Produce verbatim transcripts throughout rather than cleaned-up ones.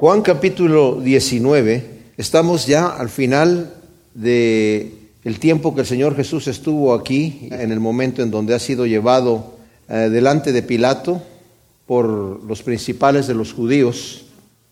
Juan capítulo diecinueve, estamos ya al final del tiempo que el Señor Jesús estuvo aquí, en el momento en donde ha sido llevado eh, delante de Pilato por los principales de los judíos.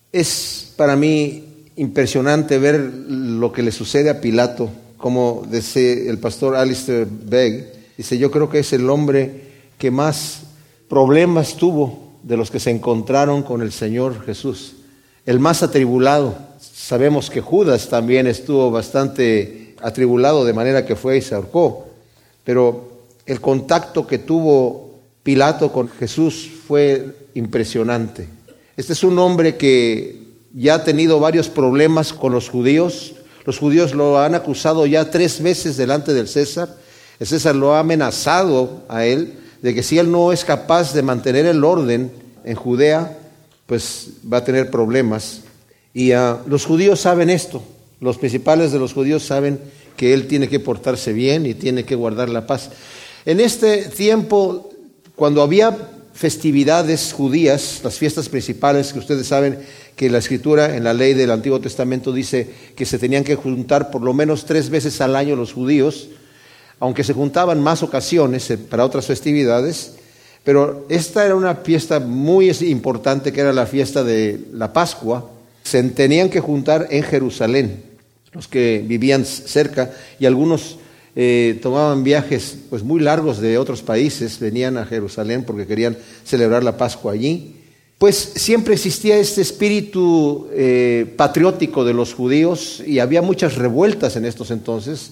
Es para mí impresionante ver lo que le sucede a Pilato, como dice el pastor Alistair Begg, dice, yo creo que es el hombre que más problemas tuvo de los que se encontraron con el Señor Jesús. El más atribulado. Sabemos que Judas también estuvo bastante atribulado, de manera que fue y se ahorcó. Pero el contacto que tuvo Pilato con Jesús fue impresionante. Este es un hombre que ya ha tenido varios problemas con los judíos. Los judíos lo han acusado ya tres veces delante del César. El César lo ha amenazado a él de que si él no es capaz de mantener el orden en Judea, pues va a tener problemas. Y uh, los judíos saben esto, los principales de los judíos saben que él tiene que portarse bien y tiene que guardar la paz. En este tiempo, cuando había festividades judías, las fiestas principales, que ustedes saben que la Escritura en la ley del Antiguo Testamento dice que se tenían que juntar por lo menos tres veces al año los judíos, aunque se juntaban más ocasiones para otras festividades. Pero esta era una fiesta muy importante, que era la fiesta de la Pascua. Se tenían que juntar en Jerusalén, los que vivían cerca, y algunos eh, tomaban viajes pues muy largos de otros países, venían a Jerusalén porque querían celebrar la Pascua allí. Pues siempre existía este espíritu eh, patriótico de los judíos, y había muchas revueltas en estos entonces,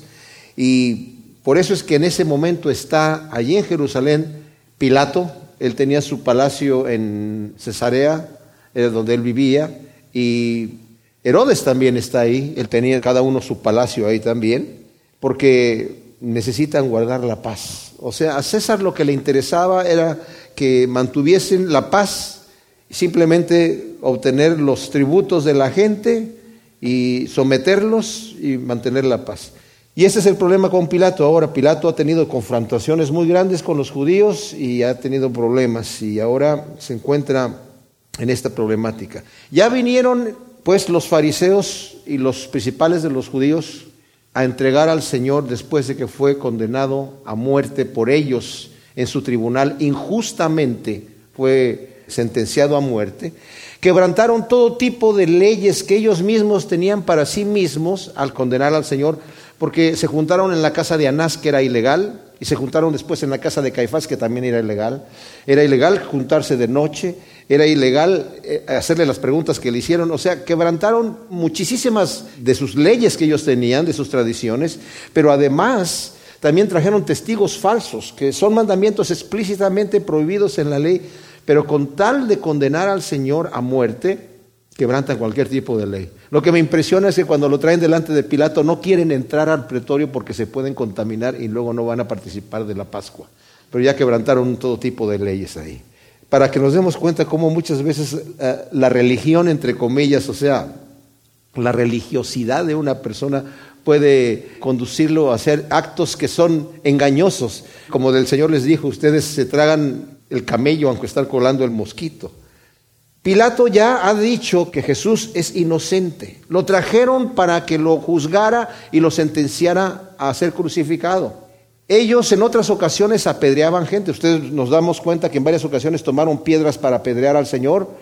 y por eso es que en ese momento está allí en Jerusalén Pilato. Él tenía su palacio en Cesarea, eh, donde él vivía, y Herodes también está ahí. Él tenía cada uno su palacio ahí también, porque necesitan guardar la paz. O sea, a César lo que le interesaba era que mantuviesen la paz, simplemente obtener los tributos de la gente y someterlos y mantener la paz. Y ese es el problema con Pilato ahora. Pilato ha tenido confrontaciones muy grandes con los judíos y ha tenido problemas, y ahora se encuentra en esta problemática. Ya vinieron pues los fariseos y los principales de los judíos a entregar al Señor después de que fue condenado a muerte por ellos en su tribunal. Injustamente fue sentenciado a muerte. Quebrantaron todo tipo de leyes que ellos mismos tenían para sí mismos al condenar al Señor, porque se juntaron en la casa de Anás, que era ilegal, y se juntaron después en la casa de Caifás, que también era ilegal. Era ilegal juntarse de noche, era ilegal hacerle las preguntas que le hicieron. O sea, quebrantaron muchísimas de sus leyes que ellos tenían, de sus tradiciones, pero además también trajeron testigos falsos, que son mandamientos explícitamente prohibidos en la ley, pero con tal de condenar al Señor a muerte, quebrantan cualquier tipo de ley. Lo que me impresiona es que cuando lo traen delante de Pilato no quieren entrar al pretorio porque se pueden contaminar y luego no van a participar de la Pascua. Pero ya quebrantaron todo tipo de leyes ahí. Para que nos demos cuenta cómo muchas veces uh, la religión, entre comillas, o sea, la religiosidad de una persona puede conducirlo a hacer actos que son engañosos. Como el Señor les dijo, ustedes se tragan el camello aunque están colando el mosquito. Pilato ya ha dicho que Jesús es inocente. Lo trajeron para que lo juzgara y lo sentenciara a ser crucificado. Ellos en otras ocasiones apedreaban gente. Ustedes nos damos cuenta que en varias ocasiones tomaron piedras para apedrear al Señor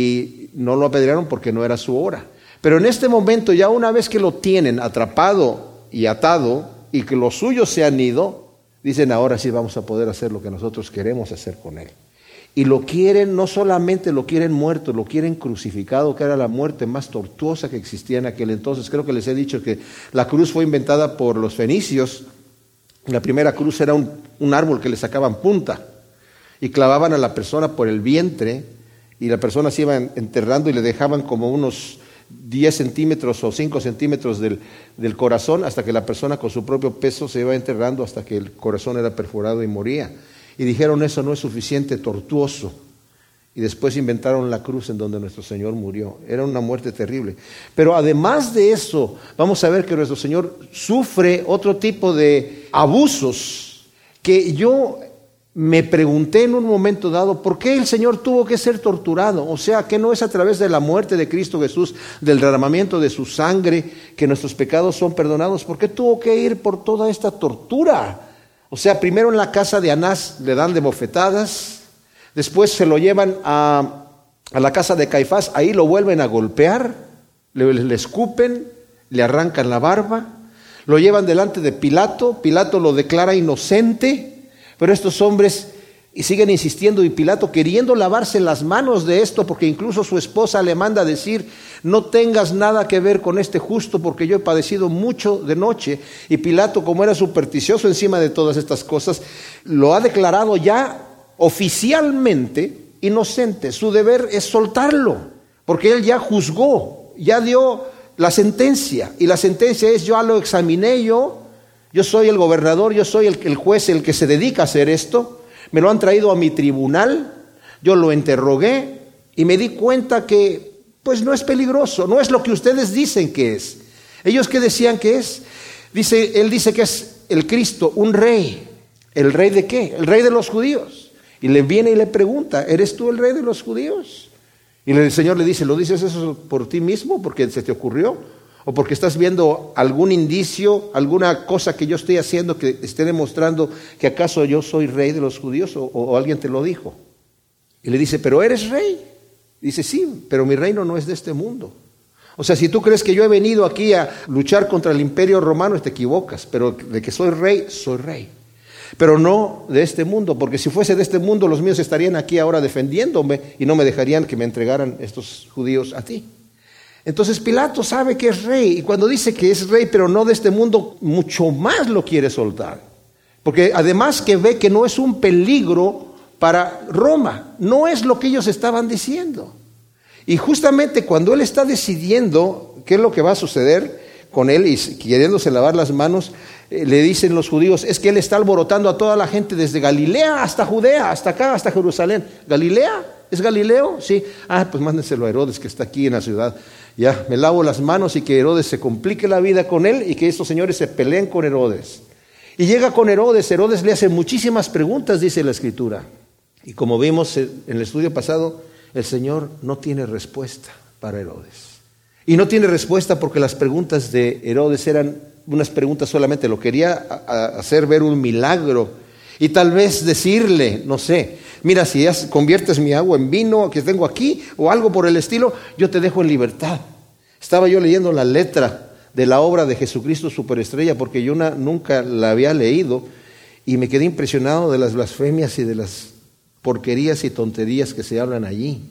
y no lo apedrearon porque no era su hora. Pero en este momento, ya una vez que lo tienen atrapado y atado y que los suyos se han ido, dicen, ahora sí vamos a poder hacer lo que nosotros queremos hacer con él. Y lo quieren, no solamente lo quieren muerto, lo quieren crucificado, que era la muerte más tortuosa que existía en aquel entonces. Creo que les he dicho que la cruz fue inventada por los fenicios. La primera cruz era un, un árbol que le sacaban punta y clavaban a la persona por el vientre, y la persona se iba enterrando y le dejaban como unos diez centímetros o cinco centímetros del, del corazón, hasta que la persona con su propio peso se iba enterrando hasta que el corazón era perforado y moría. Y dijeron, eso no es suficiente, tortuoso. Y después inventaron la cruz en donde nuestro Señor murió. Era una muerte terrible. Pero además de eso, vamos a ver que nuestro Señor sufre otro tipo de abusos que yo me pregunté en un momento dado, ¿por qué el Señor tuvo que ser torturado? O sea, que no es a través de la muerte de Cristo Jesús, del derramamiento de su sangre, que nuestros pecados son perdonados. ¿Por qué tuvo que ir por toda esta tortura? O sea, primero en la casa de Anás le dan de bofetadas, después se lo llevan a, a la casa de Caifás, ahí lo vuelven a golpear, le, le escupen, le arrancan la barba, lo llevan delante de Pilato, Pilato lo declara inocente. Pero estos hombres siguen insistiendo y Pilato queriendo lavarse las manos de esto, porque incluso su esposa le manda a decir, no tengas nada que ver con este justo porque yo he padecido mucho de noche. Y Pilato, como era supersticioso encima de todas estas cosas, lo ha declarado ya oficialmente inocente. Su deber es soltarlo, porque él ya juzgó, ya dio la sentencia. Y la sentencia es, yo lo examiné yo. Yo soy el gobernador, yo soy el, el juez, el que se dedica a hacer esto. Me lo han traído a mi tribunal, yo lo interrogué y me di cuenta que pues no es peligroso, no es lo que ustedes dicen que es. ¿Ellos qué decían que es? Dice, él dice que es el Cristo, un rey. ¿El rey de qué? El rey de los judíos. Y le viene y le pregunta, ¿eres tú el rey de los judíos? Y el Señor le dice, ¿lo dices eso por ti mismo? ¿Porque se te ocurrió? ¿O porque estás viendo algún indicio, alguna cosa que yo estoy haciendo que esté demostrando que acaso yo soy rey de los judíos o, o alguien te lo dijo? Y le dice, ¿pero eres rey? Dice, sí, pero mi reino no es de este mundo. O sea, si tú crees que yo he venido aquí a luchar contra el imperio romano, te equivocas, pero de que soy rey, soy rey. Pero no de este mundo, porque si fuese de este mundo, los míos estarían aquí ahora defendiéndome y no me dejarían que me entregaran estos judíos a ti. Entonces Pilato sabe que es rey, y cuando dice que es rey, pero no de este mundo, mucho más lo quiere soltar. Porque además que ve que no es un peligro para Roma, no es lo que ellos estaban diciendo. Y justamente cuando él está decidiendo qué es lo que va a suceder con él y queriéndose lavar las manos, eh, le dicen los judíos, es que él está alborotando a toda la gente desde Galilea hasta Judea, hasta acá, hasta Jerusalén. ¿Galilea? ¿Es Galileo? Sí. Ah, pues mándenselo a Herodes, que está aquí en la ciudad. Ya, me lavo las manos y que Herodes se complique la vida con él y que estos señores se peleen con Herodes. Y llega con Herodes, Herodes le hace muchísimas preguntas, dice la Escritura. Y como vimos en el estudio pasado, el Señor no tiene respuesta para Herodes. Y no tiene respuesta porque las preguntas de Herodes eran unas preguntas solamente, lo quería hacer ver un milagro. Y tal vez decirle, no sé, mira, si ya conviertes mi agua en vino que tengo aquí o algo por el estilo, yo te dejo en libertad. Estaba yo leyendo la letra de la obra de Jesucristo Superestrella porque yo una, nunca la había leído y me quedé impresionado de las blasfemias y de las porquerías y tonterías que se hablan allí.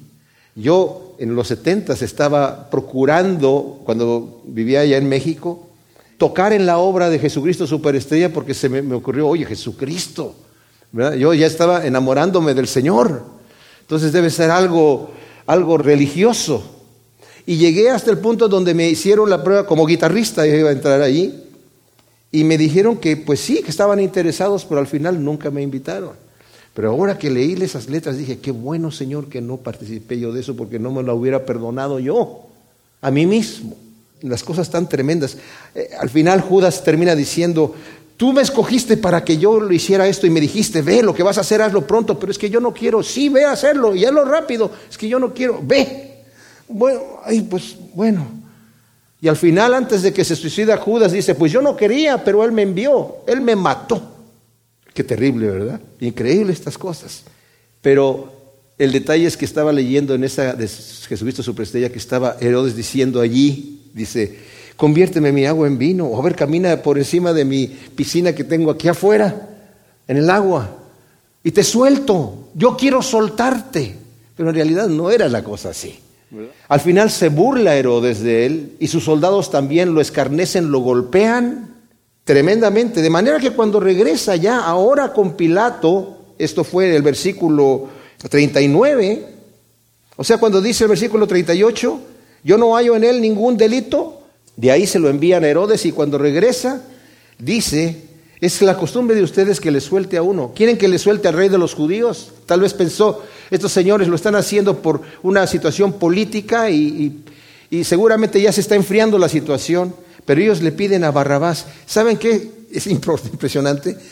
Yo en los setentas estaba procurando, cuando vivía allá en México, tocar en la obra de Jesucristo Superestrella porque se me, me ocurrió, oye, Jesucristo, ¿verdad? Yo ya estaba enamorándome del Señor, entonces debe ser algo, algo religioso. Y llegué hasta el punto donde me hicieron la prueba como guitarrista, yo iba a entrar allí, y me dijeron que pues sí, que estaban interesados, pero al final nunca me invitaron. Pero ahora que leí esas letras dije, qué bueno, Señor, que no participé yo de eso porque no me lo hubiera perdonado yo, a mí mismo. Las cosas tan tremendas. Eh, al final Judas termina diciendo, tú me escogiste para que yo lo hiciera esto y me dijiste, ve, lo que vas a hacer, hazlo pronto, pero es que yo no quiero. Sí, ve a hacerlo y hazlo rápido. Es que yo no quiero, ve. Bueno, ay, pues bueno. Y al final, antes de que se suicida Judas, dice, pues yo no quería, pero él me envió, él me mató. Qué terrible, ¿verdad? Increíble estas cosas. Pero el detalle es que estaba leyendo en esa de Jesucristo Superestrella que estaba Herodes diciendo allí, dice, conviérteme mi agua en vino, o a ver, camina por encima de mi piscina que tengo aquí afuera, en el agua, y te suelto, yo quiero soltarte. Pero en realidad no era la cosa así. ¿Verdad? Al final se burla Herodes de él, y sus soldados también lo escarnecen, lo golpean tremendamente, de manera que cuando regresa ya ahora con Pilato, esto fue el versículo treinta y nueve, o sea, cuando dice el versículo treinta y ocho, yo no hallo en él ningún delito, de ahí se lo envían a Herodes y cuando regresa, dice, es la costumbre de ustedes que le suelte a uno. ¿Quieren que le suelte al rey de los judíos? Tal vez pensó, estos señores lo están haciendo por una situación política y, y, y seguramente ya se está enfriando la situación, pero ellos le piden a Barrabás. ¿Saben qué? Es impresionante.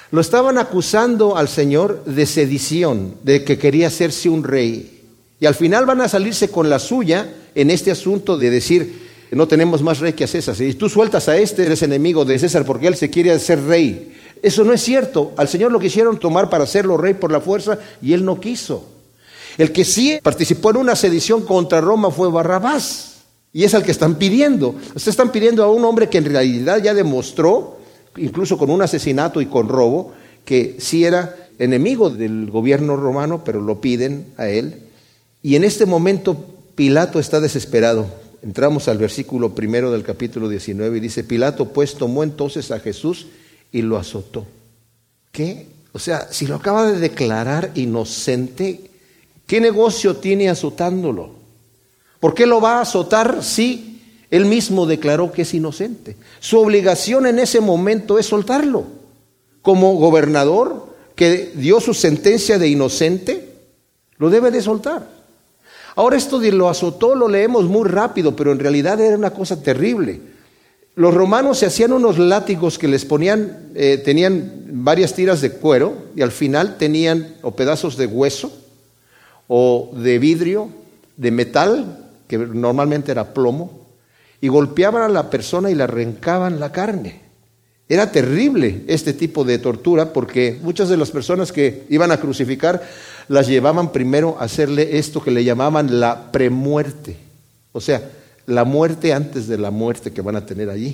Lo estaban acusando al Señor de sedición, de que quería hacerse un rey. Y al final van a salirse con la suya en este asunto de decir, no tenemos más rey que a César. Si tú sueltas a este, eres enemigo de César porque él se quiere hacer rey. Eso no es cierto. Al Señor lo quisieron tomar para hacerlo rey por la fuerza y él no quiso. El que sí participó en una sedición contra Roma fue Barrabás. Y es al que están pidiendo. Ustedes están pidiendo a un hombre que en realidad ya demostró, incluso con un asesinato y con robo, que sí era enemigo del gobierno romano, pero lo piden a él. Y en este momento Pilato está desesperado. Entramos al versículo primero del capítulo diecinueve y dice, Pilato pues tomó entonces a Jesús y lo azotó. ¿Qué? O sea, si lo acaba de declarar inocente, ¿qué negocio tiene azotándolo? ¿Por qué lo va a azotar si él mismo declaró que es inocente? Su obligación en ese momento es soltarlo. Como gobernador que dio su sentencia de inocente, lo debe de soltar. Ahora esto de lo azotó lo leemos muy rápido, pero en realidad era una cosa terrible. Los romanos se hacían unos látigos que les ponían, eh, tenían varias tiras de cuero y al final tenían o pedazos de hueso o de vidrio, de metal, que normalmente era plomo, y golpeaban a la persona y le arrancaban la carne. Era terrible este tipo de tortura porque muchas de las personas que iban a crucificar las llevaban primero a hacerle esto que le llamaban la premuerte, o sea, la muerte antes de la muerte que van a tener allí.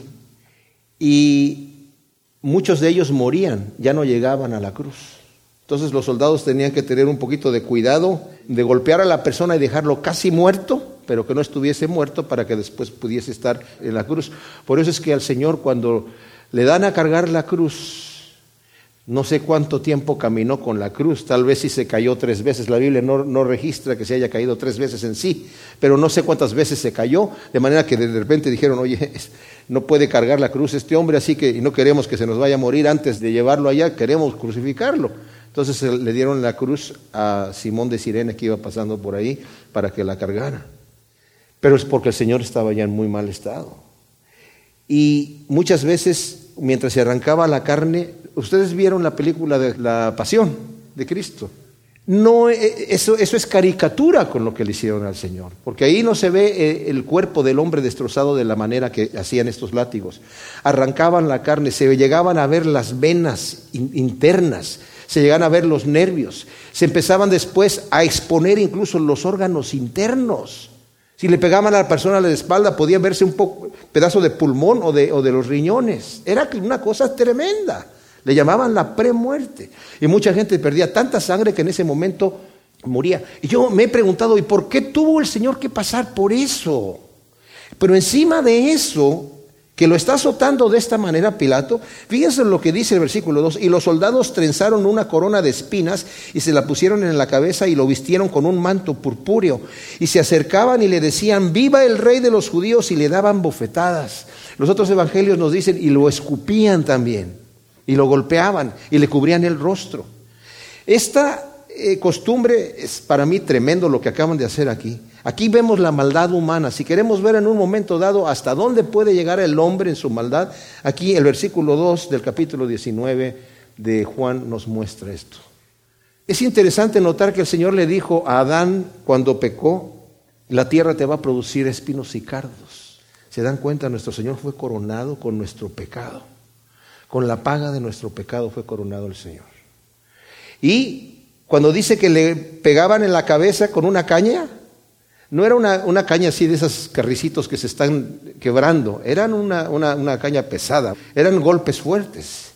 Y muchos de ellos morían, ya no llegaban a la cruz. Entonces los soldados tenían que tener un poquito de cuidado de golpear a la persona y dejarlo casi muerto, pero que no estuviese muerto para que después pudiese estar en la cruz. Por eso es que al Señor cuando le dan a cargar la cruz, no sé cuánto tiempo caminó con la cruz, tal vez si se cayó tres veces. La Biblia no, no registra que se haya caído tres veces en sí, pero no sé cuántas veces se cayó, de manera que de repente dijeron, oye, no puede cargar la cruz este hombre, así que y no queremos que se nos vaya a morir antes de llevarlo allá, queremos crucificarlo. Entonces le dieron la cruz a Simón de Cirene que iba pasando por ahí para que la cargara. Pero es porque el Señor estaba ya en muy mal estado. Y muchas veces, mientras se arrancaba la carne, ustedes vieron la película de la Pasión de Cristo. No, eso, eso es caricatura con lo que le hicieron al Señor, porque ahí no se ve el cuerpo del hombre destrozado de la manera que hacían estos látigos. Arrancaban la carne, se llegaban a ver las venas internas, se llegaban a ver los nervios, se empezaban después a exponer incluso los órganos internos. Si le pegaban a la persona a la espalda, podía verse un poco, pedazo de pulmón o de, o de los riñones. Era una cosa tremenda. Le llamaban la premuerte. Y mucha gente perdía tanta sangre que en ese momento moría. Y yo me he preguntado, ¿y por qué tuvo el Señor que pasar por eso? Pero encima de eso, que lo está azotando de esta manera Pilato, fíjense lo que dice el versículo dos, y los soldados trenzaron una corona de espinas y se la pusieron en la cabeza y lo vistieron con un manto purpúreo y se acercaban y le decían, viva el rey de los judíos, y le daban bofetadas. Los otros evangelios nos dicen, y lo escupían también, y lo golpeaban y le cubrían el rostro. Esta eh, costumbre es para mí tremendo lo que acaban de hacer aquí. Aquí vemos la maldad humana. Si queremos ver en un momento dado hasta dónde puede llegar el hombre en su maldad, aquí el versículo dos del capítulo diecinueve de Juan nos muestra esto. Es interesante notar que el Señor le dijo a Adán cuando pecó, la tierra te va a producir espinos y cardos. ¿Se dan cuenta? Nuestro Señor fue coronado con nuestro pecado. Con la paga de nuestro pecado fue coronado el Señor. Y cuando dice que le pegaban en la cabeza con una caña, no era una, una caña así de esos carricitos que se están quebrando, eran una, una, una caña pesada, eran golpes fuertes.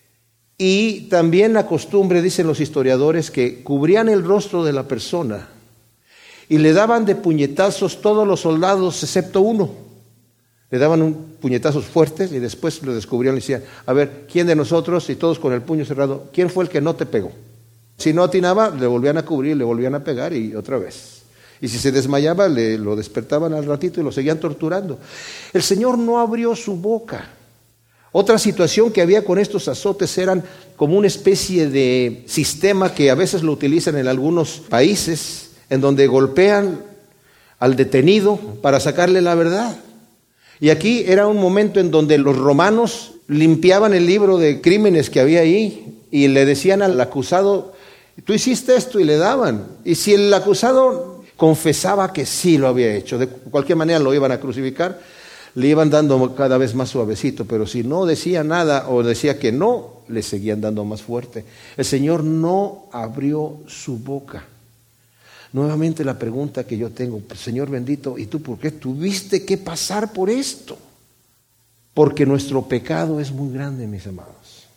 Y también la costumbre, dicen los historiadores, que cubrían el rostro de la persona y le daban de puñetazos todos los soldados excepto uno. Le daban un puñetazos fuertes y después lo descubrían y decían, a ver, ¿quién de nosotros? Y todos con el puño cerrado, ¿quién fue el que no te pegó? Si no atinaba, le volvían a cubrir, le volvían a pegar y otra vez. Y si se desmayaba, le, lo despertaban al ratito y lo seguían torturando. El Señor no abrió su boca. Otra situación que había con estos azotes eran como una especie de sistema que a veces lo utilizan en algunos países, en donde golpean al detenido para sacarle la verdad. Y aquí era un momento en donde los romanos limpiaban el libro de crímenes que había ahí y le decían al acusado, tú hiciste esto, y le daban. Y si el acusado confesaba que sí lo había hecho, de cualquier manera lo iban a crucificar, le iban dando cada vez más suavecito, pero si no decía nada o decía que no, le seguían dando más fuerte. El Señor no abrió su boca. Nuevamente la pregunta que yo tengo, Señor bendito, ¿y tú por qué tuviste que pasar por esto? Porque nuestro pecado es muy grande, mis amados.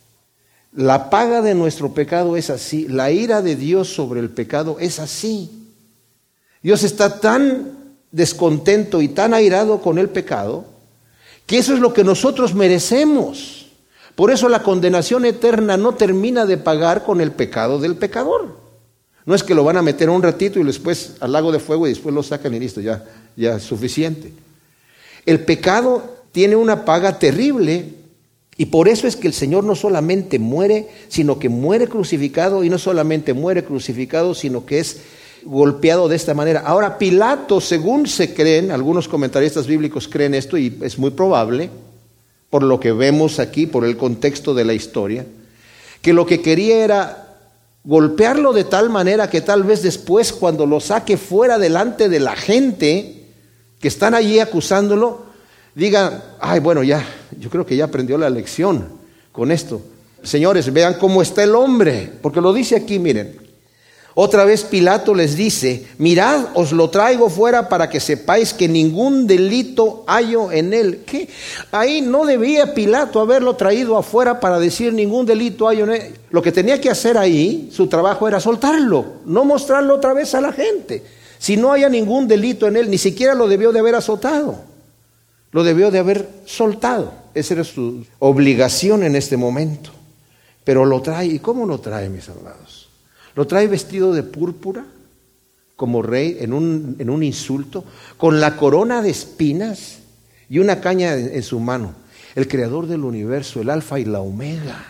La paga de nuestro pecado es así, la ira de Dios sobre el pecado es así. Dios está tan descontento y tan airado con el pecado, que eso es lo que nosotros merecemos. Por eso la condenación eterna no termina de pagar con el pecado del pecador. No es que lo van a meter un ratito y después al lago de fuego y después lo sacan y listo, ya, ya es suficiente. El pecado tiene una paga terrible y por eso es que el Señor no solamente muere, sino que muere crucificado, y no solamente muere crucificado, sino que es golpeado de esta manera. Ahora, Pilato, según se creen, algunos comentaristas bíblicos creen esto, y es muy probable, por lo que vemos aquí, por el contexto de la historia, que lo que quería era golpearlo de tal manera que tal vez después, cuando lo saque fuera delante de la gente que están allí acusándolo, digan, ay, bueno, ya, yo creo que ya aprendió la lección con esto. Señores, vean cómo está el hombre, porque lo dice aquí, miren. Otra vez Pilato les dice, mirad, os lo traigo fuera para que sepáis que ningún delito hallo en él. ¿Qué? Ahí no debía Pilato haberlo traído afuera para decir ningún delito hallo en él. Lo que tenía que hacer ahí, su trabajo era soltarlo, no mostrarlo otra vez a la gente. Si no haya ningún delito en él, ni siquiera lo debió de haber azotado, lo debió de haber soltado. Esa era su obligación en este momento. Pero lo trae, ¿y cómo lo trae, mis amados? Lo trae vestido de púrpura, como rey, en un, en un insulto, con la corona de espinas y una caña en, en su mano. El creador del universo, el alfa y la omega,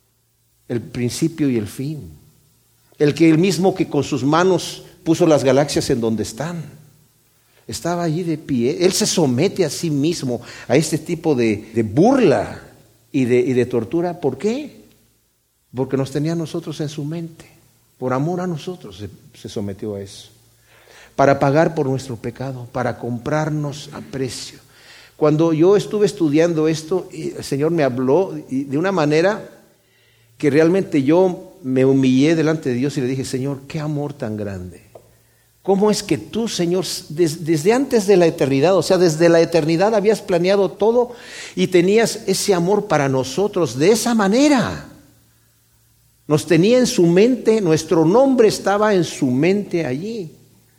el principio y el fin. El que el mismo que con sus manos puso las galaxias en donde están. Estaba allí de pie. Él se somete a sí mismo a este tipo de, de burla y de, y de tortura. ¿Por qué? Porque nos tenía a nosotros en su mente. Por amor a nosotros se, se sometió a eso. Para pagar por nuestro pecado, para comprarnos a precio. Cuando yo estuve estudiando esto, el Señor me habló de una manera que realmente yo me humillé delante de Dios y le dije, Señor, qué amor tan grande. ¿Cómo es que tú, Señor, des, desde antes de la eternidad, o sea, desde la eternidad habías planeado todo y tenías ese amor para nosotros de esa manera? Nos tenía en su mente, nuestro nombre estaba en su mente allí.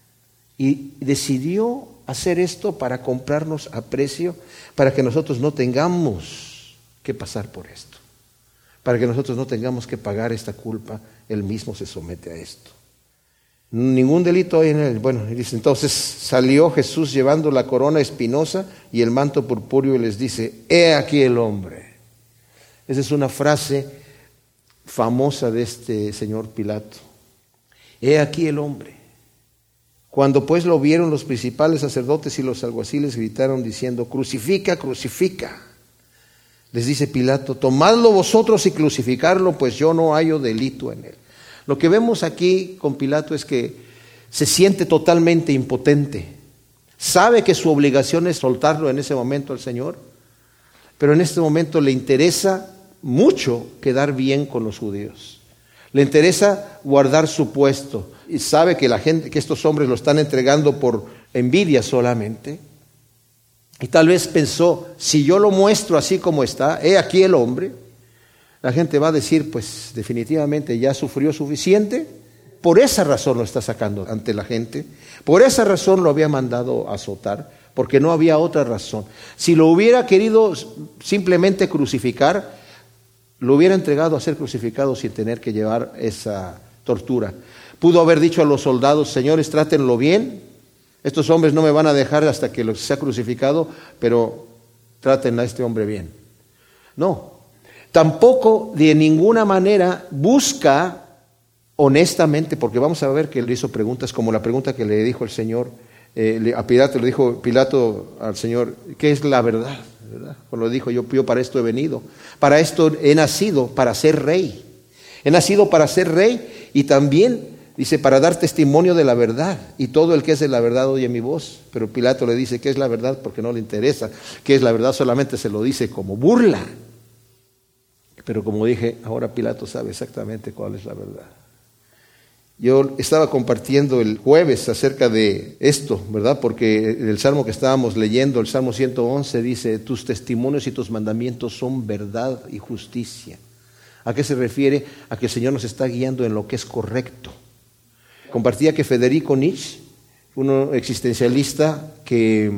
Y decidió hacer esto para comprarnos a precio, para que nosotros no tengamos que pasar por esto. Para que nosotros no tengamos que pagar esta culpa, Él mismo se somete a esto. Ningún delito hay en Él. Bueno, dice, entonces salió Jesús llevando la corona espinosa y el manto purpúreo y les dice, he aquí el hombre. Esa es una frase famosa de este señor Pilato. He aquí el hombre. Cuando pues lo vieron los principales sacerdotes y los alguaciles gritaron diciendo, crucifica, crucifica. Les dice Pilato, tomadlo vosotros y crucificarlo, pues yo no hallo delito en él. Lo que vemos aquí con Pilato es que se siente totalmente impotente. Sabe que su obligación es soltarlo en ese momento al Señor, pero en este momento le interesa mucho quedar bien con los judíos. Le interesa guardar su puesto y sabe que la gente, que estos hombres lo están entregando por envidia solamente. Y tal vez pensó, si yo lo muestro así como está, he aquí el hombre, la gente va a decir, pues definitivamente ya sufrió suficiente. Por esa razón lo está sacando ante la gente. Por esa razón lo había mandado a azotar, porque no había otra razón. Si lo hubiera querido simplemente crucificar, lo hubiera entregado a ser crucificado sin tener que llevar esa tortura. Pudo haber dicho a los soldados, señores, trátenlo bien. Estos hombres no me van a dejar hasta que lo sea crucificado, pero traten a este hombre bien. No, tampoco de ninguna manera busca honestamente, porque vamos a ver que le hizo preguntas como la pregunta que le dijo el Señor, eh, a Pilato, le dijo Pilato al Señor, ¿qué es la verdad? ¿Verdad? Cuando dijo, yo, yo para esto he venido, para esto he nacido, para ser rey. He nacido para ser rey y también, dice, para dar testimonio de la verdad. Y todo el que es de la verdad oye mi voz. Pero Pilato le dice, ¿qué es la verdad? Porque no le interesa. ¿Qué es la verdad? Solamente se lo dice como burla. Pero como dije, ahora Pilato sabe exactamente cuál es la verdad. Yo estaba compartiendo el jueves acerca de esto, ¿verdad? Porque el salmo que estábamos leyendo, el Salmo ciento once, dice, tus testimonios y tus mandamientos son verdad y justicia. ¿A qué se refiere? A que el Señor nos está guiando en lo que es correcto. Compartía que Federico Nietzsche, un existencialista que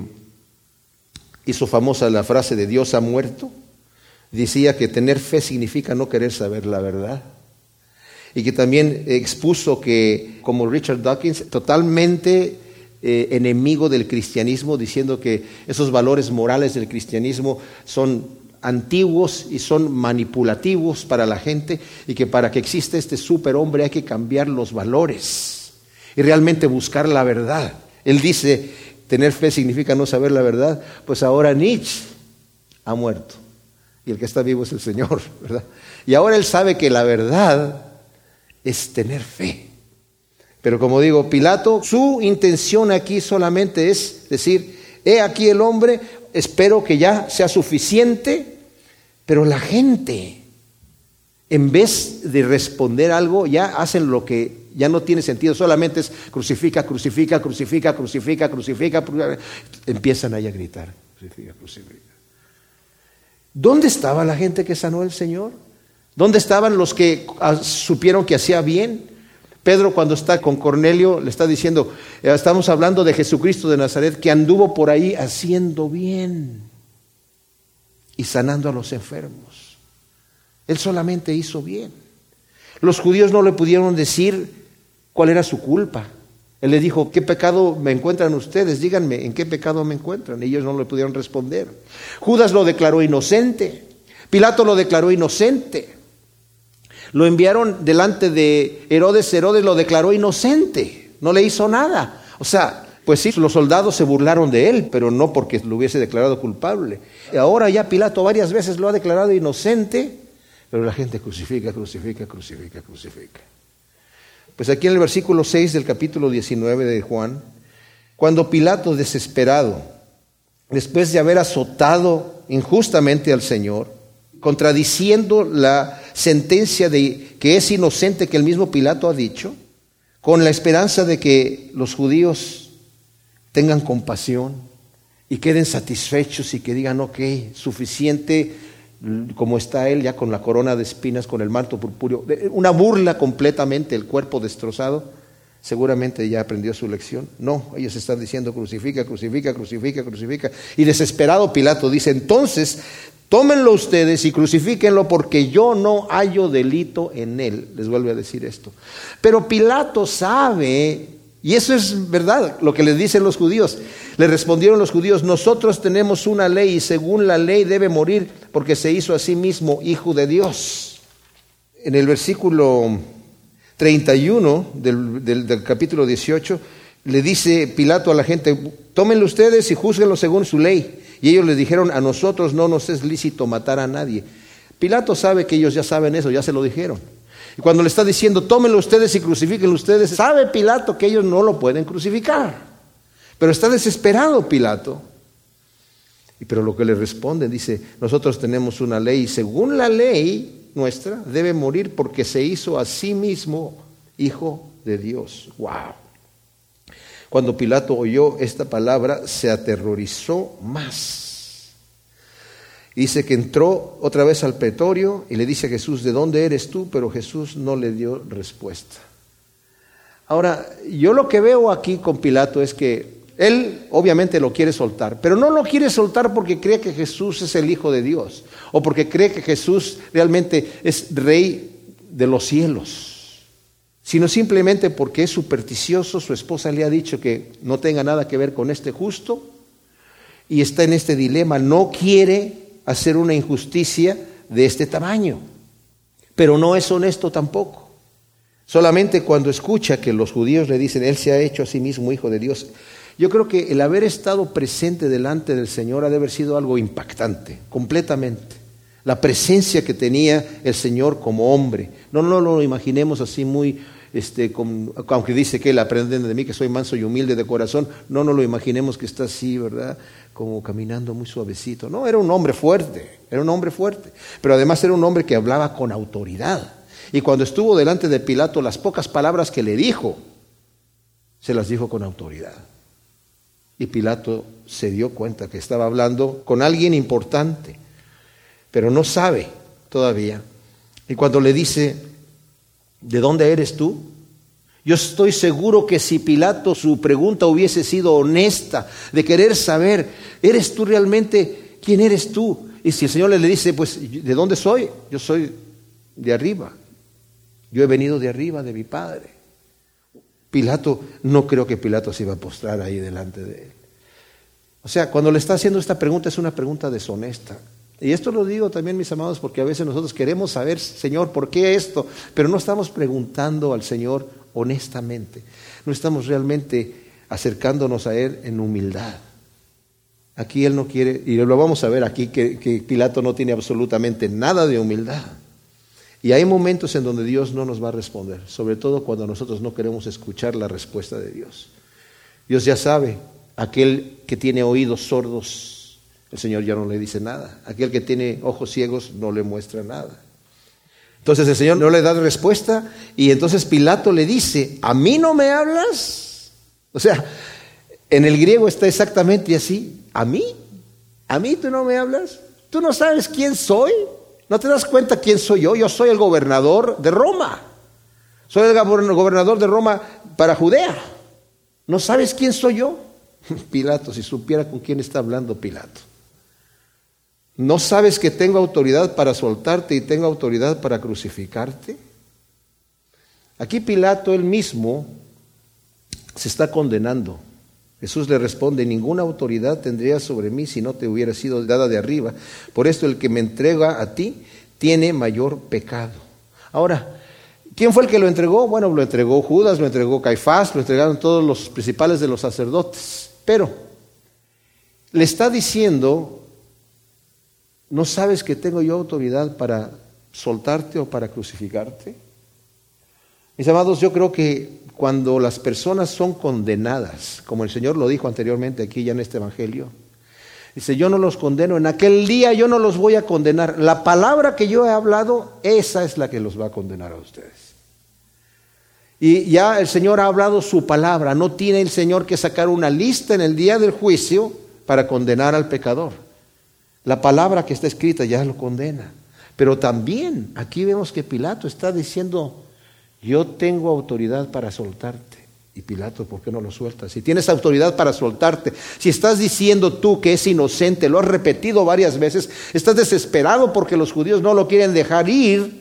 hizo famosa la frase de Dios ha muerto, decía que tener fe significa no querer saber la verdad. Y que también expuso que, como Richard Dawkins, totalmente eh, enemigo del cristianismo, diciendo que esos valores morales del cristianismo son antiguos y son manipulativos para la gente, y que para que exista este superhombre hay que cambiar los valores y realmente buscar la verdad. Él dice, tener fe significa no saber la verdad. Pues ahora Nietzsche ha muerto y el que está vivo es el Señor, ¿verdad? Y ahora él sabe que la verdad es tener fe. Pero como digo, Pilato, su intención aquí solamente es decir, he aquí el hombre, espero que ya sea suficiente. Pero la gente, en vez de responder algo, ya hacen lo que ya no tiene sentido, solamente es crucifica, crucifica, crucifica, crucifica, crucifica, empiezan ahí a gritar, crucifica, crucifica. ¿Dónde estaba la gente que sanó el Señor? ¿Dónde estaban los que supieron que hacía bien? Pedro, cuando está con Cornelio, le está diciendo, estamos hablando de Jesucristo de Nazaret, que anduvo por ahí haciendo bien y sanando a los enfermos. Él solamente hizo bien. Los judíos no le pudieron decir cuál era su culpa. Él le dijo, ¿qué pecado me encuentran ustedes? Díganme, ¿en qué pecado me encuentran? Ellos no le pudieron responder. Judas lo declaró inocente. Pilato lo declaró inocente. Lo enviaron delante de Herodes. Herodes lo declaró inocente. No le hizo nada. O sea, pues sí, los soldados se burlaron de él, pero no porque lo hubiese declarado culpable. Y ahora ya Pilato varias veces lo ha declarado inocente, pero la gente crucifica, crucifica, crucifica, crucifica. Pues aquí en el versículo seis del capítulo diecinueve de Juan, cuando Pilato, desesperado, después de haber azotado injustamente al Señor, contradiciendo la sentencia de que es inocente que el mismo Pilato ha dicho, con la esperanza de que los judíos tengan compasión y queden satisfechos y que digan, ok, suficiente como está él ya con la corona de espinas, con el manto purpúreo, una burla completamente, el cuerpo destrozado, seguramente ya aprendió su lección. No, ellos están diciendo crucifica, crucifica, crucifica, crucifica. Y desesperado Pilato dice, entonces, tómenlo ustedes y crucifíquenlo porque yo no hallo delito en él. Les vuelve a decir esto. Pero Pilato sabe, y eso es verdad, lo que les dicen los judíos. Le respondieron los judíos, nosotros tenemos una ley y según la ley debe morir porque se hizo a sí mismo hijo de Dios. En el versículo treinta y uno del, del, del capítulo dieciocho, le dice Pilato a la gente, tómenlo ustedes y júzguenlo según su ley. Y ellos les dijeron, a nosotros no nos es lícito matar a nadie. Pilato sabe que ellos ya saben eso, ya se lo dijeron. Y cuando le está diciendo, tómenlo ustedes y crucifíquenlo ustedes, sabe Pilato que ellos no lo pueden crucificar. Pero está desesperado Pilato. Y pero lo que le responden, dice, nosotros tenemos una ley y según la ley nuestra debe morir porque se hizo a sí mismo hijo de Dios. ¡Wow! Cuando Pilato oyó esta palabra, se aterrorizó más. Dice que entró otra vez al pretorio y le dice a Jesús, ¿de dónde eres tú? Pero Jesús no le dio respuesta. Ahora, yo lo que veo aquí con Pilato es que él obviamente lo quiere soltar, pero no lo quiere soltar porque cree que Jesús es el Hijo de Dios o porque cree que Jesús realmente es Rey de los cielos, sino simplemente porque es supersticioso. Su esposa le ha dicho que no tenga nada que ver con este justo y está en este dilema, no quiere hacer una injusticia de este tamaño, pero no es honesto tampoco. Solamente cuando escucha que los judíos le dicen, él se ha hecho a sí mismo hijo de Dios. Yo creo que el haber estado presente delante del Señor ha de haber sido algo impactante, completamente. la presencia que tenía el Señor como hombre. No, no lo imaginemos así muy, este, con, aunque dice que él aprenden de mí que soy manso y humilde de corazón, no nos lo imaginemos que está así, ¿verdad? Como caminando muy suavecito. No, era un hombre fuerte, era un hombre fuerte, pero además era un hombre que hablaba con autoridad. Y cuando estuvo delante de Pilato, las pocas palabras que le dijo, se las dijo con autoridad. Y Pilato se dio cuenta que estaba hablando con alguien importante, pero no sabe todavía. Y cuando le dice, ¿de dónde eres tú? Yo estoy seguro que si Pilato, su pregunta hubiese sido honesta, de querer saber, ¿eres tú realmente? ¿Quién eres tú? Y si el Señor le dice, pues, ¿de dónde soy? Yo soy de arriba. Yo he venido de arriba, de mi Padre. Pilato, no creo que Pilato se iba a postrar ahí delante de él. O sea, cuando le está haciendo esta pregunta, es una pregunta deshonesta. Y esto lo digo también, mis amados, porque a veces nosotros queremos saber, Señor, ¿por qué esto? Pero no estamos preguntando al Señor honestamente. No estamos realmente acercándonos a Él en humildad. Aquí Él no quiere, y lo vamos a ver aquí, que, que Pilato no tiene absolutamente nada de humildad. Y hay momentos en donde Dios no nos va a responder, sobre todo cuando nosotros no queremos escuchar la respuesta de Dios. Dios ya sabe, aquel que tiene oídos sordos, el Señor ya no le dice nada. Aquel que tiene ojos ciegos no le muestra nada. Entonces el Señor no le da respuesta y entonces Pilato le dice, ¿a mí no me hablas? O sea, en el griego está exactamente así. ¿A mí? ¿A mí tú no me hablas? ¿Tú no sabes quién soy? ¿No te das cuenta quién soy yo? Yo soy el gobernador de Roma. Soy el gobernador de Roma para Judea. ¿No sabes quién soy yo? Pilato, si supiera con quién está hablando Pilato. ¿No sabes que tengo autoridad para soltarte y tengo autoridad para crucificarte? Aquí Pilato él mismo se está condenando. Jesús le responde, ninguna autoridad tendrías sobre mí si no te hubiera sido dada de arriba. Por esto el que me entrega a ti tiene mayor pecado. Ahora, ¿quién fue el que lo entregó? Bueno, lo entregó Judas, lo entregó Caifás, lo entregaron todos los principales de los sacerdotes. Pero le está diciendo, ¿no sabes que tengo yo autoridad para soltarte o para crucificarte? Mis amados, yo creo que cuando las personas son condenadas, como el Señor lo dijo anteriormente aquí ya en este Evangelio, dice, yo no los condeno, en aquel día yo no los voy a condenar. La palabra que yo he hablado, esa es la que los va a condenar a ustedes. Y ya el Señor ha hablado su palabra, no tiene el Señor que sacar una lista en el día del juicio para condenar al pecador. La palabra que está escrita ya lo condena. Pero también aquí vemos que Pilato está diciendo, yo tengo autoridad para soltarte. Y Pilato, ¿por qué no lo sueltas? Si tienes autoridad para soltarte, si estás diciendo tú que es inocente, lo has repetido varias veces, estás desesperado porque los judíos no lo quieren dejar ir,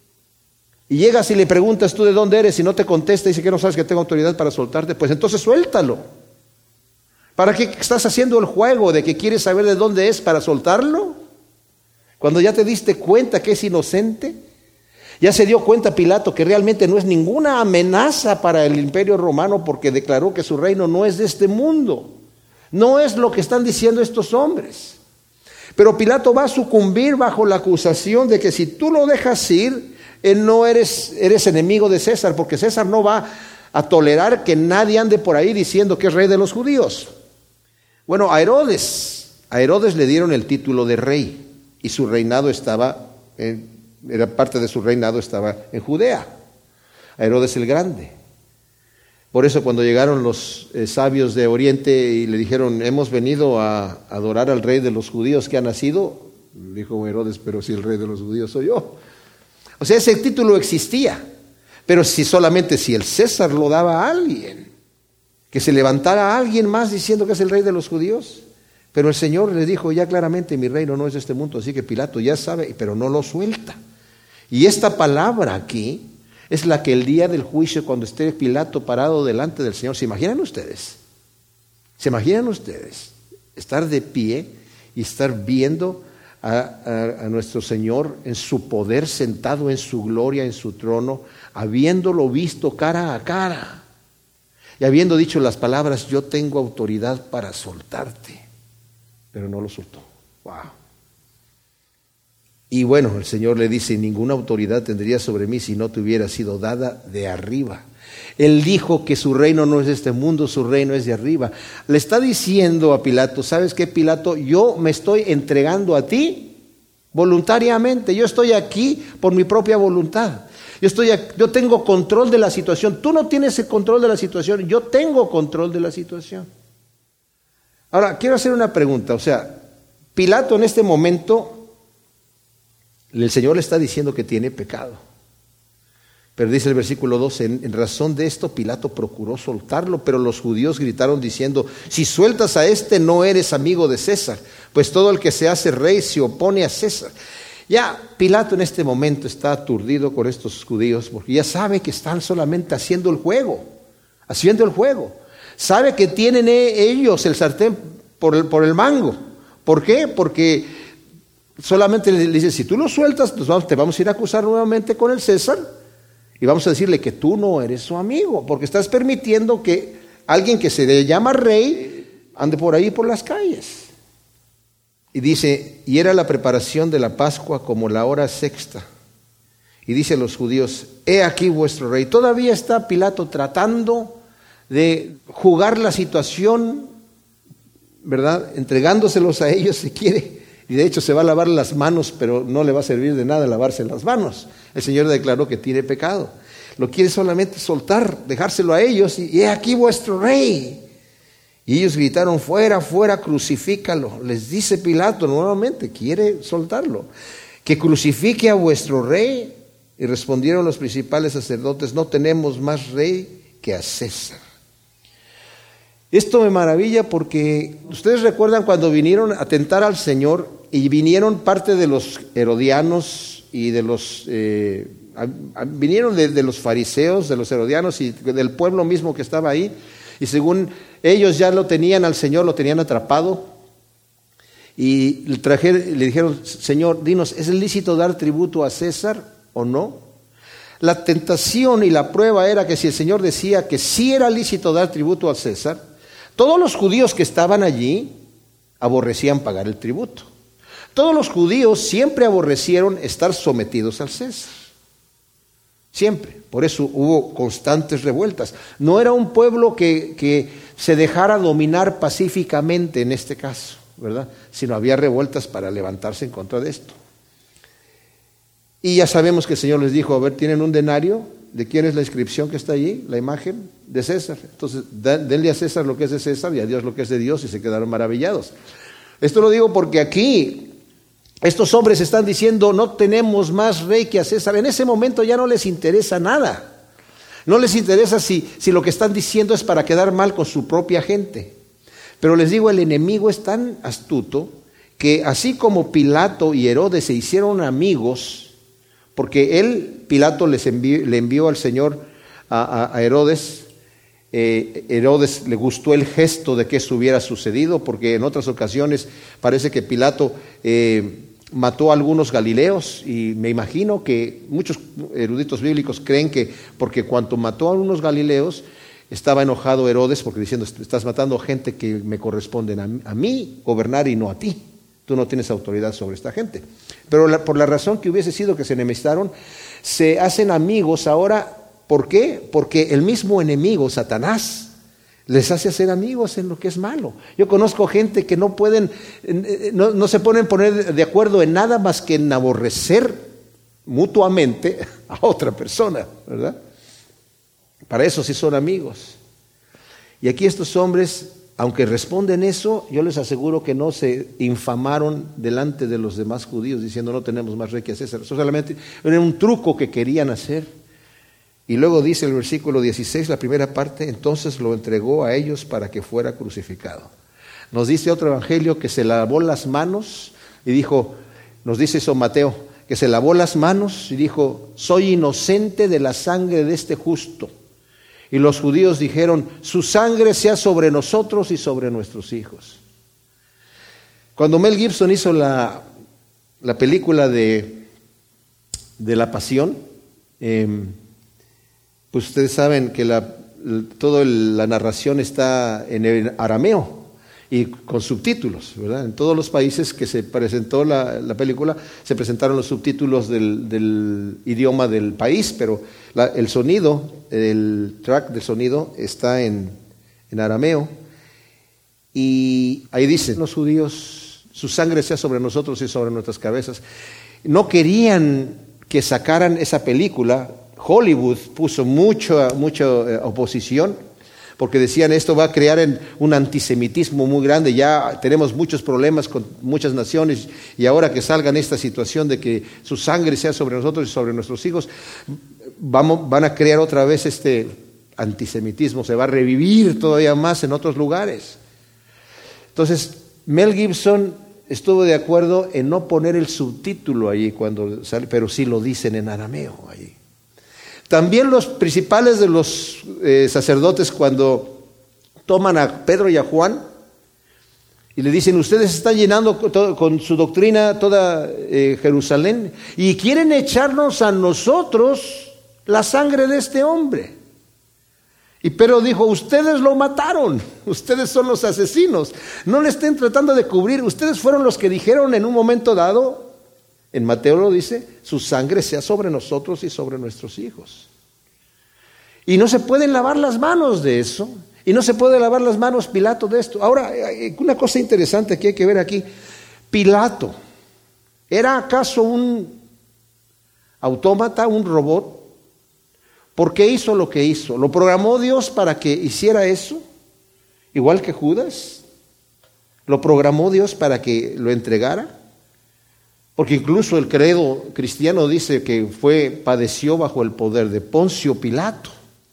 y llegas y le preguntas tú de dónde eres y no te contesta y dice que no sabes que tengo autoridad para soltarte, pues entonces suéltalo. ¿Para qué estás haciendo el juego de que quieres saber de dónde es para soltarlo? Cuando ya te diste cuenta que es inocente, ya se dio cuenta Pilato que realmente no es ninguna amenaza para el imperio romano porque declaró que su reino no es de este mundo. No es lo que están diciendo estos hombres. Pero Pilato va a sucumbir bajo la acusación de que si tú lo dejas ir, él no eres, eres enemigo de César, porque César no va a tolerar que nadie ande por ahí diciendo que es rey de los judíos. Bueno, a Herodes, a Herodes le dieron el título de rey y su reinado estaba, en, era parte de su reinado estaba en Judea, a Herodes el Grande. Por eso cuando llegaron los eh, sabios de Oriente y le dijeron, hemos venido a adorar al rey de los judíos que ha nacido, dijo Herodes, pero si el rey de los judíos soy yo. O sea, ese título existía, pero si solamente si el César lo daba a alguien, que se levantara a alguien más diciendo que es el rey de los judíos. Pero el Señor le dijo ya claramente, mi reino no es de este mundo, así que Pilato ya sabe, pero no lo suelta. Y esta palabra aquí es la que el día del juicio, cuando esté Pilato parado delante del Señor, ¿se imaginan ustedes? ¿Se imaginan ustedes estar de pie y estar viendo A, a, a nuestro Señor en su poder, sentado en su gloria, en su trono, habiéndolo visto cara a cara y habiendo dicho las palabras, yo tengo autoridad para soltarte, pero no lo soltó? Wow. Y bueno, el Señor le dice, ninguna autoridad tendría sobre mí si no te hubiera sido dada de arriba. Él dijo que su reino no es de este mundo, su reino es de arriba. Le está diciendo a Pilato, ¿sabes qué, Pilato? Yo me estoy entregando a ti voluntariamente. Yo estoy aquí por mi propia voluntad. Yo, estoy aquí, yo tengo control de la situación. Tú no tienes el control de la situación, yo tengo control de la situación. Ahora, quiero hacer una pregunta. O sea, Pilato en este momento, el Señor le está diciendo que tiene pecado. Pero dice el versículo doce, en, en razón de esto Pilato procuró soltarlo, pero los judíos gritaron diciendo, si sueltas a este no eres amigo de César, pues todo el que se hace rey se opone a César. Ya Pilato en este momento está aturdido con estos judíos, porque ya sabe que están solamente haciendo el juego, haciendo el juego. Sabe que tienen ellos el sartén por el, por el mango. ¿Por qué? Porque solamente le dice, si tú lo sueltas, pues vamos, te vamos a ir a acusar nuevamente con el César. Y vamos a decirle que tú no eres su amigo, porque estás permitiendo que alguien que se le llama rey ande por ahí por las calles. Y dice, y era la preparación de la Pascua como la hora sexta. Y dice a los judíos, he aquí vuestro rey. Todavía está Pilato tratando de jugar la situación, ¿verdad? Entregándoselos a ellos si quiere. Y de hecho se va a lavar las manos, pero no le va a servir de nada lavarse las manos. El Señor declaró que tiene pecado. Lo quiere solamente soltar, dejárselo a ellos. Y he aquí vuestro rey. Y ellos gritaron, fuera, fuera, crucifícalo. Les dice Pilato nuevamente, quiere soltarlo. Que crucifique a vuestro rey. Y respondieron los principales sacerdotes, no tenemos más rey que a César. Esto me maravilla porque ustedes recuerdan cuando vinieron a tentar al Señor y vinieron parte de los herodianos y de los eh, vinieron de, de los fariseos, de los herodianos y del pueblo mismo que estaba ahí, y según ellos ya lo tenían al Señor, lo tenían atrapado y le, trajeron, le dijeron, Señor, dinos, ¿es lícito dar tributo a César o no? La tentación y la prueba era que si el Señor decía que sí era lícito dar tributo a César, todos los judíos que estaban allí aborrecían pagar el tributo. Todos los judíos siempre aborrecieron estar sometidos al César. Siempre. Por eso hubo constantes revueltas. No era un pueblo que, que se dejara dominar pacíficamente en este caso, ¿verdad? Sino había revueltas para levantarse en contra de esto. Y ya sabemos que el Señor les dijo, a ver, ¿tienen un denario? ¿De quién es la inscripción que está allí? La imagen de César. Entonces, denle a César lo que es de César y a Dios lo que es de Dios, y se quedaron maravillados. Esto lo digo porque aquí estos hombres están diciendo, no tenemos más rey que a César. En ese momento ya no les interesa nada. No les interesa si, si lo que están diciendo es para quedar mal con su propia gente. Pero les digo, el enemigo es tan astuto que así como Pilato y Herodes se hicieron amigos, porque él, Pilato, les envió, le envió al Señor a, a, a Herodes. Eh, Herodes le gustó el gesto de que eso hubiera sucedido, porque en otras ocasiones parece que Pilato eh, mató a algunos galileos, y me imagino que muchos eruditos bíblicos creen que porque cuando mató a unos galileos, estaba enojado Herodes, porque diciendo, estás matando gente que me corresponden a, a mí gobernar y no a ti. Tú no tienes autoridad sobre esta gente. Pero la, por la razón que hubiese sido que se enemistaron, se hacen amigos ahora. ¿Por qué? Porque el mismo enemigo, Satanás, les hace hacer amigos en lo que es malo. Yo conozco gente que no pueden, no, no se pueden poner de acuerdo en nada más que en aborrecer mutuamente a otra persona, ¿verdad? Para eso sí son amigos. Y aquí estos hombres, aunque responden eso, yo les aseguro que no se infamaron delante de los demás judíos diciendo no tenemos más rey que a César. Eso solamente era un truco que querían hacer. Y luego dice el versículo dieciséis, la primera parte, entonces lo entregó a ellos para que fuera crucificado. Nos dice otro evangelio que se lavó las manos y dijo, nos dice eso Mateo, que se lavó las manos y dijo, soy inocente de la sangre de este justo. Y los judíos dijeron, su sangre sea sobre nosotros y sobre nuestros hijos. Cuando Mel Gibson hizo la, la película de, de La Pasión, eh, pues ustedes saben que la, toda la narración está en el arameo. y con subtítulos, ¿verdad? En todos los países que se presentó la, la película, se presentaron los subtítulos del, del idioma del país, pero la, el sonido, el track del sonido está en, en arameo, y ahí dicen los judíos, su sangre sea sobre nosotros y sobre nuestras cabezas. No querían que sacaran esa película. Hollywood puso mucha, mucha eh, oposición, porque decían esto va a crear en un antisemitismo muy grande, ya tenemos muchos problemas con muchas naciones, y ahora que salga en esta situación de que su sangre sea sobre nosotros y sobre nuestros hijos, vamos, van a crear otra vez este antisemitismo, se va a revivir todavía más en otros lugares. Entonces, Mel Gibson estuvo de acuerdo en no poner el subtítulo allí cuando sale, pero sí lo dicen en arameo allí. También los principales de los eh, sacerdotes, cuando toman a Pedro y a Juan y le dicen, ustedes están llenando todo, con su doctrina toda eh, Jerusalén y quieren echarnos a nosotros la sangre de este hombre. Y Pedro dijo, ustedes lo mataron, ustedes son los asesinos, no le estén tratando de cubrir, ustedes fueron los que dijeron en un momento dado, en Mateo lo dice, su sangre sea sobre nosotros y sobre nuestros hijos. Y no se pueden lavar las manos de eso, y no se puede lavar las manos Pilato de esto. Ahora, una cosa interesante que hay que ver aquí, Pilato, ¿era acaso un autómata, un robot? ¿Por qué hizo lo que hizo? ¿Lo programó Dios para que hiciera eso? Igual que Judas. ¿Lo programó Dios para que lo entregara? Porque incluso el credo cristiano dice que fue, padeció bajo el poder de Poncio Pilato.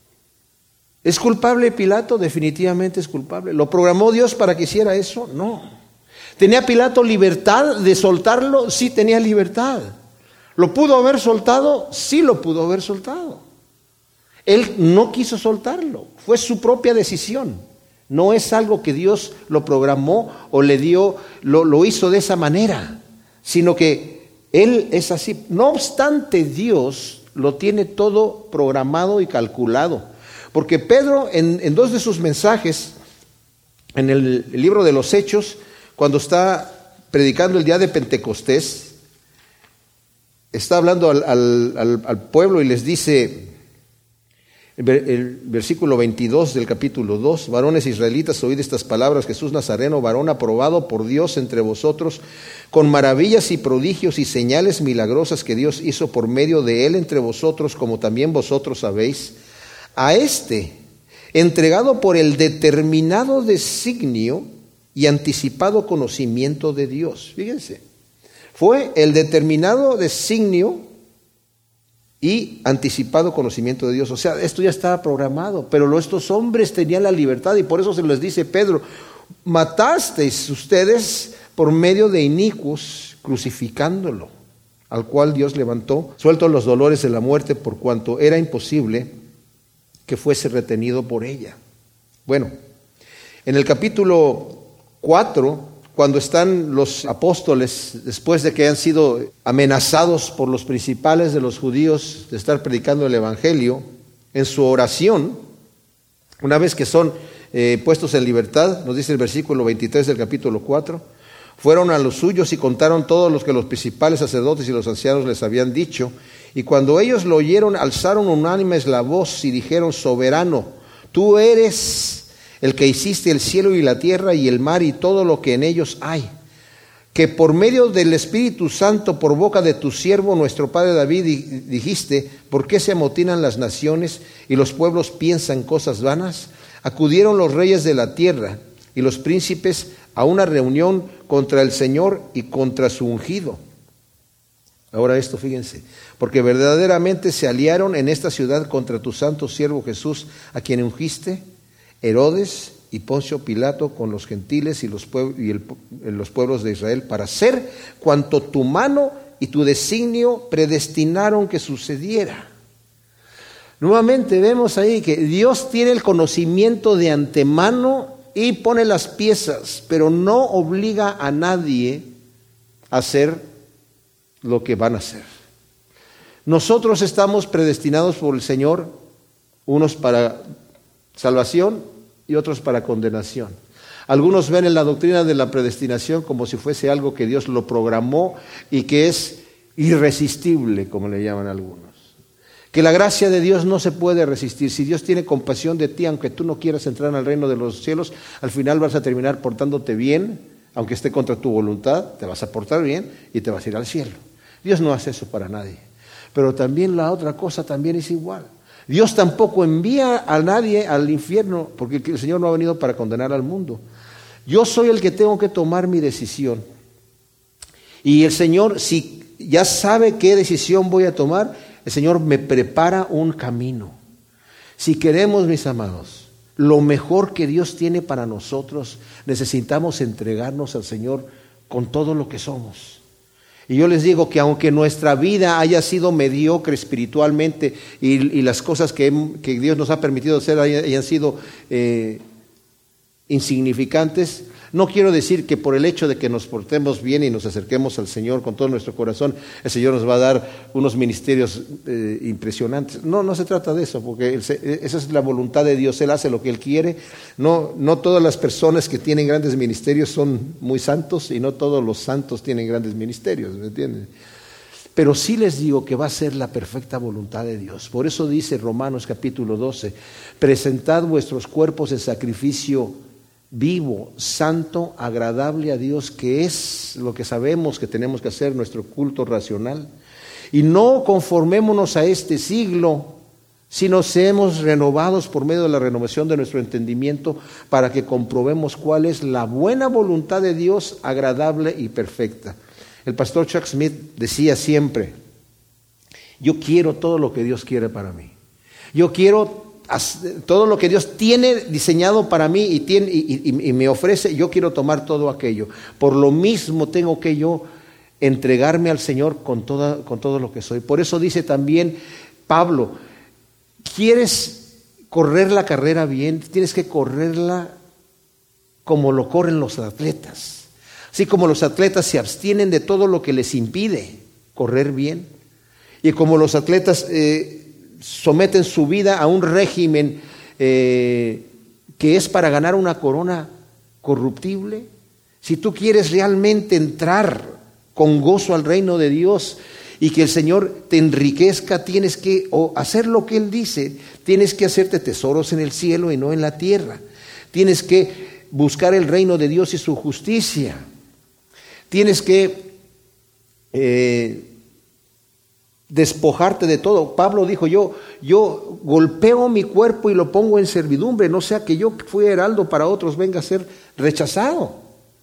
¿Es culpable Pilato? Definitivamente es culpable. ¿Lo programó Dios para que hiciera eso? No. ¿Tenía Pilato libertad de soltarlo? Sí, tenía libertad. ¿Lo pudo haber soltado? Sí, lo pudo haber soltado. Él no quiso soltarlo, fue su propia decisión. No es algo que Dios lo programó o le dio, lo, lo hizo de esa manera, sino que Él es así. No obstante, Dios lo tiene todo programado y calculado. Porque Pedro, en, en dos de sus mensajes, en el, el libro de los Hechos, cuando está predicando el día de Pentecostés, está hablando al, al, al, al pueblo y les dice, el versículo veintidós del capítulo dos, varones israelitas, oíd estas palabras, Jesús Nazareno, varón aprobado por Dios entre vosotros, con maravillas y prodigios y señales milagrosas que Dios hizo por medio de él entre vosotros, como también vosotros sabéis, a este, entregado por el determinado designio y anticipado conocimiento de Dios. Fíjense, fue el determinado designio y anticipado conocimiento de Dios. O sea, esto ya estaba programado, pero estos hombres tenían la libertad y por eso se les dice Pedro, matasteis ustedes por medio de inicuos, crucificándolo, al cual Dios levantó, suelto los dolores de la muerte, por cuanto era imposible que fuese retenido por ella. Bueno, en el capítulo cuatro, cuando están los apóstoles, después de que han sido amenazados por los principales de los judíos de estar predicando el evangelio, en su oración, una vez que son eh, puestos en libertad, nos dice el versículo veintitrés del capítulo cuatro, fueron a los suyos y contaron todos los que los principales sacerdotes y los ancianos les habían dicho, y cuando ellos lo oyeron, alzaron unánimes la voz y dijeron, soberano, tú eres el que hiciste el cielo y la tierra y el mar y todo lo que en ellos hay, que por medio del Espíritu Santo, por boca de tu siervo, nuestro padre David, dijiste, ¿por qué se amotinan las naciones y los pueblos piensan cosas vanas? Acudieron los reyes de la tierra y los príncipes a una reunión contra el Señor y contra su ungido. Ahora esto, fíjense, porque verdaderamente se aliaron en esta ciudad contra tu santo siervo Jesús, a quien ungiste, Herodes y Poncio Pilato con los gentiles y los, pueblos, y el, los pueblos de Israel, para hacer cuanto tu mano y tu designio predestinaron que sucediera. Nuevamente vemos ahí que Dios tiene el conocimiento de antemano y pone las piezas, pero no obliga a nadie a hacer lo que van a hacer. Nosotros estamos predestinados por el Señor, unos para salvación y otros para condenación. Algunos ven en la doctrina de la predestinación como si fuese algo que Dios lo programó y que es irresistible, como le llaman algunos. Que la gracia de Dios no se puede resistir. Si Dios tiene compasión de ti, aunque tú no quieras entrar al reino de los cielos, al final vas a terminar portándote bien, aunque esté contra tu voluntad, te vas a portar bien y te vas a ir al cielo. Dios no hace eso para nadie. Pero también la otra cosa también es igual. Dios tampoco envía a nadie al infierno, porque el Señor no ha venido para condenar al mundo. Yo soy el que tengo que tomar mi decisión. Y el Señor, si ya sabe qué decisión voy a tomar, el Señor me prepara un camino. Si queremos, mis amados, lo mejor que Dios tiene para nosotros, necesitamos entregarnos al Señor con todo lo que somos. Y yo les digo que aunque nuestra vida haya sido mediocre espiritualmente y, y las cosas que, que Dios nos ha permitido hacer hayan, hayan sido eh, insignificantes, no quiero decir que por el hecho de que nos portemos bien y nos acerquemos al Señor con todo nuestro corazón, el Señor nos va a dar unos ministerios eh, impresionantes. No, no se trata de eso, porque el, esa es la voluntad de Dios. Él hace lo que Él quiere. No, no todas las personas que tienen grandes ministerios son muy santos y no todos los santos tienen grandes ministerios, ¿me entienden? Pero sí les digo que va a ser la perfecta voluntad de Dios. Por eso dice Romanos capítulo doce, presentad vuestros cuerpos en sacrificio vivo, santo, agradable a Dios, que es lo que sabemos que tenemos que hacer, nuestro culto racional. Y no conformémonos a este siglo, sino seamos renovados por medio de la renovación de nuestro entendimiento, para que comprobemos cuál es la buena voluntad de Dios, agradable y perfecta. El pastor Chuck Smith decía siempre, yo quiero todo lo que Dios quiere para mí. Yo quiero todo lo que Dios tiene diseñado para mí y, tiene, y, y, y me ofrece, yo quiero tomar todo aquello. Por lo mismo tengo que yo entregarme al Señor con, toda, con todo lo que soy. Por eso dice también Pablo, ¿quieres correr la carrera bien? Tienes que correrla como lo corren los atletas. Así como los atletas se abstienen de todo lo que les impide correr bien. Y como los atletas Eh, someten su vida a un régimen eh, que es para ganar una corona corruptible. Si tú quieres realmente entrar con gozo al reino de Dios y que el Señor te enriquezca, tienes que o hacer lo que Él dice, tienes que hacerte tesoros en el cielo y no en la tierra. Tienes que buscar el reino de Dios y su justicia. Tienes que eh, despojarte de todo. Pablo dijo, yo, yo golpeo mi cuerpo y lo pongo en servidumbre, no sea que yo fui heraldo para otros venga a ser rechazado.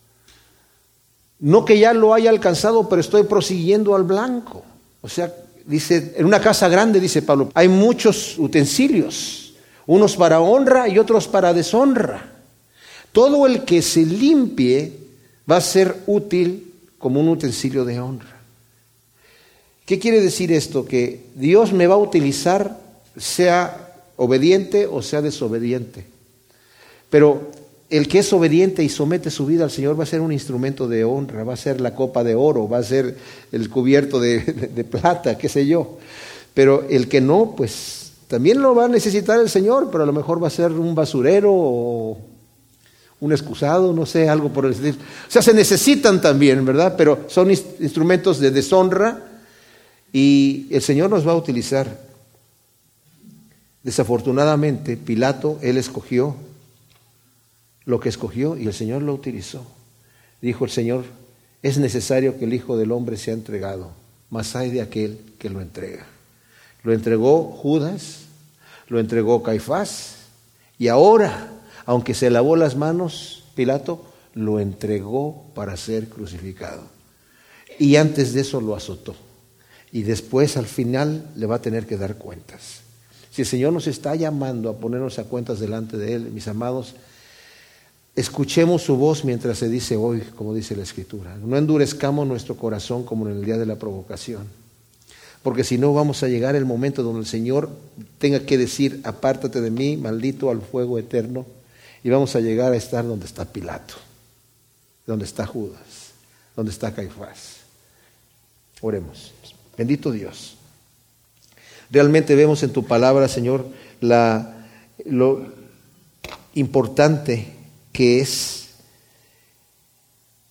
No que ya lo haya alcanzado, pero estoy prosiguiendo al blanco. O sea, dice, en una casa grande, dice Pablo, hay muchos utensilios, unos para honra y otros para deshonra. Todo el que se limpie va a ser útil como un utensilio de honra. ¿Qué quiere decir esto? Que Dios me va a utilizar, sea obediente o sea desobediente. Pero el que es obediente y somete su vida al Señor va a ser un instrumento de honra, va a ser la copa de oro, va a ser el cubierto de, de, de plata, qué sé yo. Pero el que no, pues también lo va a necesitar el Señor, pero a lo mejor va a ser un basurero o un excusado, no sé, algo por el estilo. O sea, se necesitan también, ¿verdad? Pero son instrumentos de deshonra. Y el Señor nos va a utilizar. Desafortunadamente, Pilato, él escogió lo que escogió y el Señor lo utilizó. Dijo el Señor, es necesario que el Hijo del Hombre sea entregado, mas hay de aquel que lo entrega. Lo entregó Judas, lo entregó Caifás, y ahora, aunque se lavó las manos, Pilato lo entregó para ser crucificado. Y antes de eso lo azotó. Y después al final le va a tener que dar cuentas. Si el Señor nos está llamando a ponernos a cuentas delante de Él, mis amados, escuchemos su voz mientras se dice hoy, como dice la Escritura. No endurezcamos nuestro corazón como en el día de la provocación. Porque si no vamos a llegar el momento donde el Señor tenga que decir, apártate de mí, maldito, al fuego eterno. Y vamos a llegar a estar donde está Pilato, donde está Judas, donde está Caifás. Oremos. Bendito Dios. Realmente vemos en tu palabra, Señor, la, lo importante que es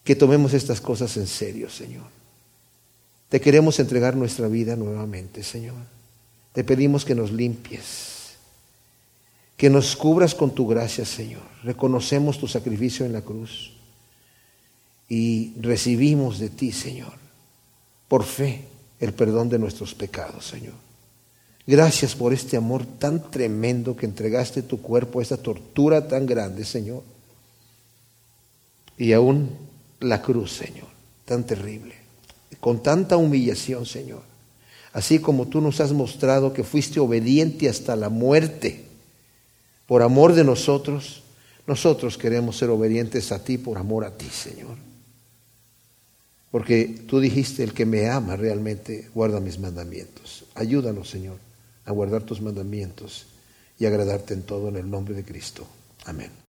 que tomemos estas cosas en serio, Señor. Te queremos entregar nuestra vida nuevamente, Señor. Te pedimos que nos limpies, que nos cubras con tu gracia, Señor. Reconocemos tu sacrificio en la cruz y recibimos de ti, Señor, por fe, el perdón de nuestros pecados, Señor. Gracias por este amor tan tremendo que entregaste tu cuerpo a esta tortura tan grande, Señor. Y aún la cruz, Señor, tan terrible, con tanta humillación, Señor. Así como tú nos has mostrado que fuiste obediente hasta la muerte por amor de nosotros, nosotros queremos ser obedientes a ti por amor a ti, Señor. Porque tú dijiste, el que me ama realmente guarda mis mandamientos. Ayúdanos, Señor, a guardar tus mandamientos y agradarte en todo en el nombre de Cristo. Amén.